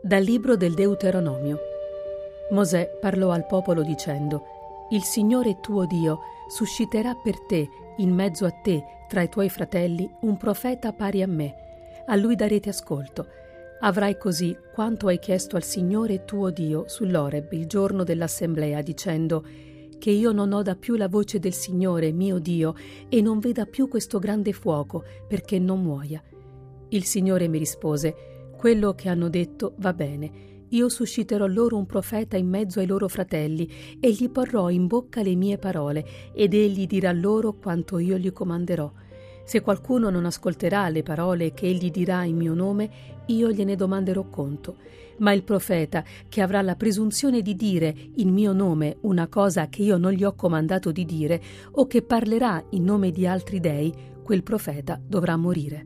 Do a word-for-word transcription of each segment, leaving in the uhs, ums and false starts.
Dal libro del Deuteronomio. Mosè parlò al popolo dicendo: Il Signore tuo Dio susciterà per te, in mezzo a te, tra i tuoi fratelli, un profeta pari a me. A lui darete ascolto. Avrai così quanto hai chiesto al Signore tuo Dio sull'Oreb il giorno dell'assemblea, dicendo: che io non oda più la voce del Signore mio Dio e non veda più questo grande fuoco, perché non muoia. Il Signore mi rispose: quello che hanno detto va bene. Io susciterò loro un profeta in mezzo ai loro fratelli e gli porrò in bocca le mie parole, ed egli dirà loro quanto io gli comanderò. Se qualcuno non ascolterà le parole che egli dirà in mio nome, io gliene domanderò conto. Ma il profeta che avrà la presunzione di dire in mio nome una cosa che io non gli ho comandato di dire, o che parlerà in nome di altri dei, quel profeta dovrà morire.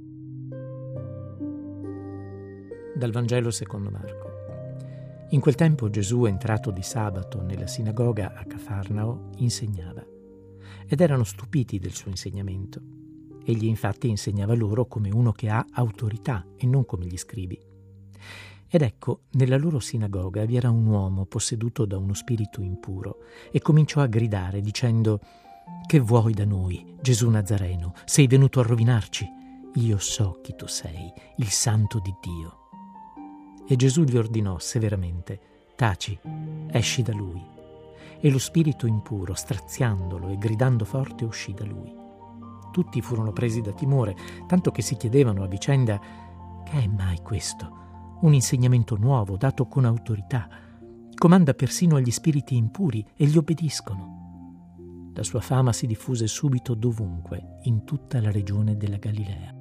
Dal Vangelo secondo Marco. In quel tempo Gesù, entrato di sabato nella sinagoga a Cafarnao, insegnava. Ed erano stupiti del suo insegnamento. Egli infatti insegnava loro come uno che ha autorità e non come gli scribi. Ed ecco, nella loro sinagoga vi era un uomo posseduto da uno spirito impuro e cominciò a gridare dicendo: «Che vuoi da noi, Gesù Nazareno? Sei venuto a rovinarci? Io so chi tu sei, il Santo di Dio». E Gesù gli ordinò severamente: «Taci, esci da lui». E lo spirito impuro, straziandolo e gridando forte, uscì da lui. Tutti furono presi da timore, tanto che si chiedevano a vicenda: «Che è mai questo? Un insegnamento nuovo, dato con autorità. Comanda persino agli spiriti impuri e gli obbediscono». La sua fama si diffuse subito dovunque, in tutta la regione della Galilea.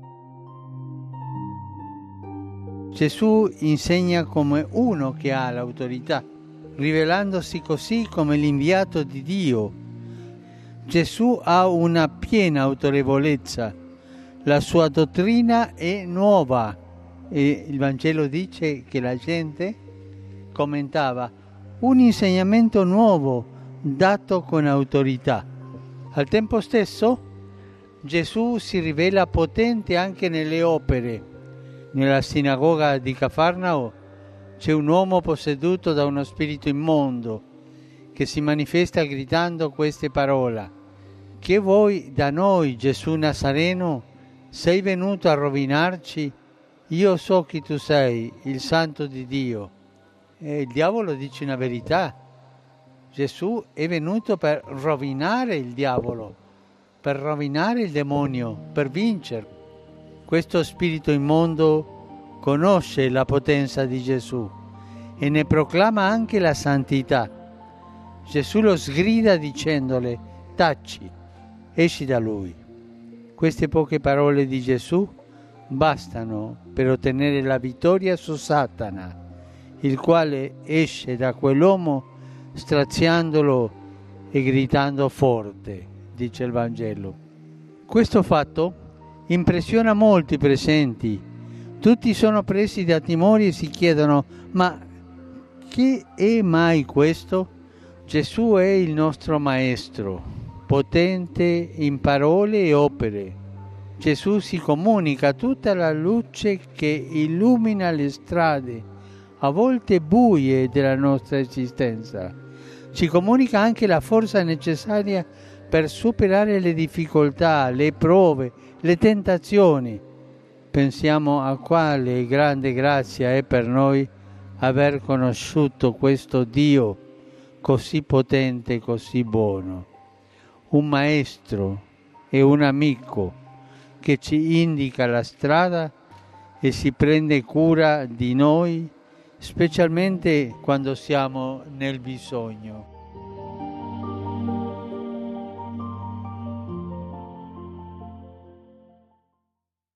Gesù insegna come uno che ha l'autorità, rivelandosi così come l'inviato di Dio. Gesù ha una piena autorevolezza, la sua dottrina è nuova e il Vangelo dice che la gente commentava: un insegnamento nuovo dato con autorità. Al tempo stesso Gesù si rivela potente anche nelle opere. Nella sinagoga di Cafarnao c'è un uomo posseduto da uno spirito immondo che si manifesta gridando queste parole: «Che vuoi da noi, Gesù Nazareno? Sei venuto a rovinarci? Io so chi tu sei, il Santo di Dio». E il diavolo dice una verità: Gesù è venuto per rovinare il diavolo, per rovinare il demonio, per vincere. Questo spirito immondo conosce la potenza di Gesù e ne proclama anche la santità. Gesù lo sgrida dicendole: «Taci, esci da lui». Queste poche parole di Gesù bastano per ottenere la vittoria su Satana, il quale esce da quell'uomo straziandolo e gridando forte, dice il Vangelo. Questo fatto impressiona molti presenti. Tutti sono presi da timori e si chiedono: ma che è mai questo? Gesù è il nostro Maestro, potente in parole e opere. Gesù si comunica tutta la luce che illumina le strade, a volte buie, della nostra esistenza. Ci comunica anche la forza necessaria per superare le difficoltà, le prove, le tentazioni. Pensiamo a quale grande grazia è per noi aver conosciuto questo Dio così potente e così buono. Un maestro e un amico che ci indica la strada e si prende cura di noi, specialmente quando siamo nel bisogno.